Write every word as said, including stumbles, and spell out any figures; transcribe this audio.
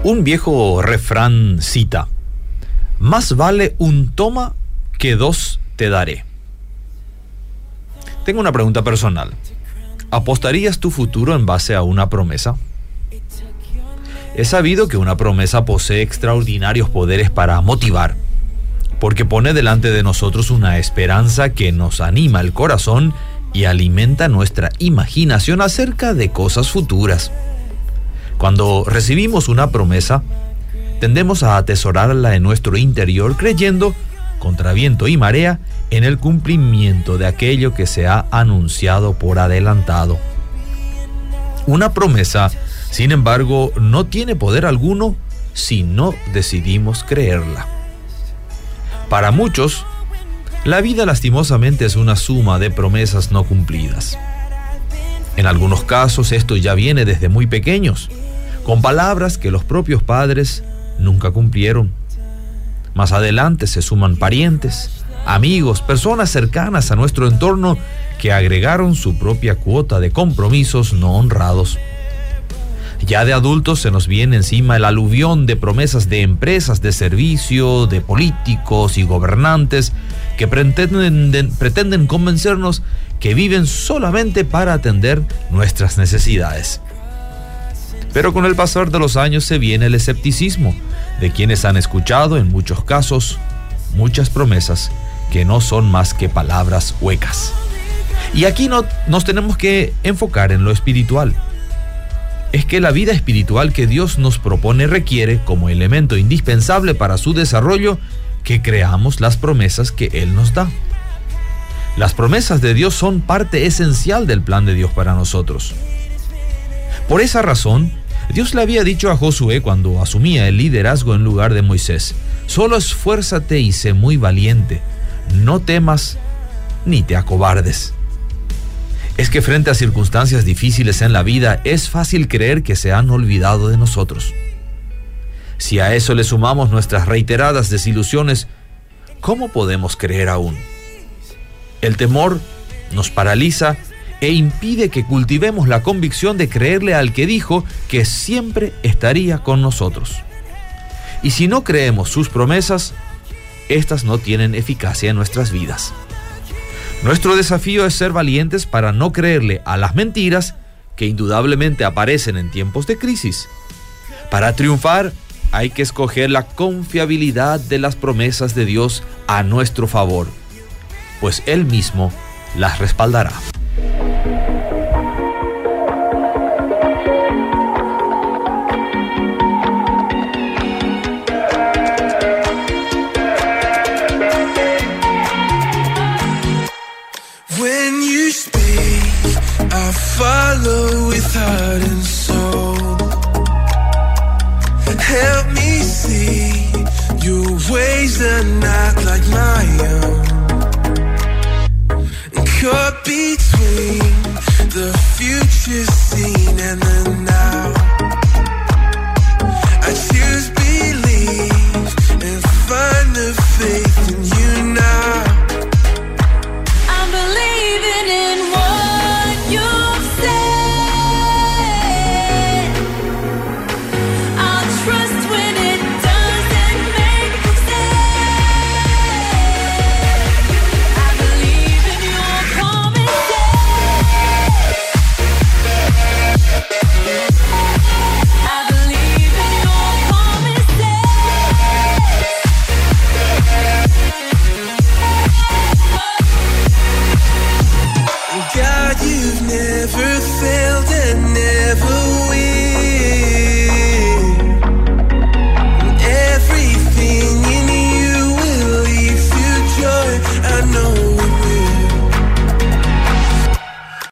Un viejo refrán cita: más vale un toma que dos te daré. Tengo una pregunta personal. ¿Apostarías tu futuro en base a una promesa? Es sabido que una promesa posee extraordinarios poderes para motivar, porque pone delante de nosotros una esperanza que nos anima el corazón y alimenta nuestra imaginación acerca de cosas futuras. Cuando recibimos una promesa, tendemos a atesorarla en nuestro interior, creyendo, contra viento y marea, en el cumplimiento de aquello que se ha anunciado por adelantado. Una promesa, sin embargo, no tiene poder alguno si no decidimos creerla. Para muchos, la vida lastimosamente es una suma de promesas no cumplidas. En algunos casos esto ya viene desde muy pequeños, con palabras que los propios padres nunca cumplieron. Más adelante se suman parientes, amigos, personas cercanas a nuestro entorno que agregaron su propia cuota de compromisos no honrados. Ya de adultos se nos viene encima el aluvión de promesas de empresas de servicio, de políticos y gobernantes que pretenden, pretenden convencernos que viven solamente para atender nuestras necesidades. Pero con el pasar de los años se viene el escepticismo de quienes han escuchado en muchos casos muchas promesas que no son más que palabras huecas. Y aquí no, nos tenemos que enfocar en lo espiritual. Es que la vida espiritual que Dios nos propone requiere, como elemento indispensable para su desarrollo, que creamos las promesas que Él nos da. Las promesas de Dios son parte esencial del plan de Dios para nosotros. Por esa razón, Dios le había dicho a Josué cuando asumía el liderazgo en lugar de Moisés: solo esfuérzate y sé muy valiente, no temas ni te acobardes. Es que frente a circunstancias difíciles en la vida es fácil creer que se han olvidado de nosotros. Si a eso le sumamos nuestras reiteradas desilusiones, ¿cómo podemos creer aún? El temor nos paraliza e impide que cultivemos la convicción de creerle al que dijo que siempre estaría con nosotros. Y si no creemos sus promesas, estas no tienen eficacia en nuestras vidas. Nuestro desafío es ser valientes para no creerle a las mentiras que indudablemente aparecen en tiempos de crisis. Para triunfar, hay que escoger la confiabilidad de las promesas de Dios a nuestro favor, pues Él mismo las respaldará. When you speak, I follow with heart and soul. Help me see your ways are not like my own. Caught between the future scene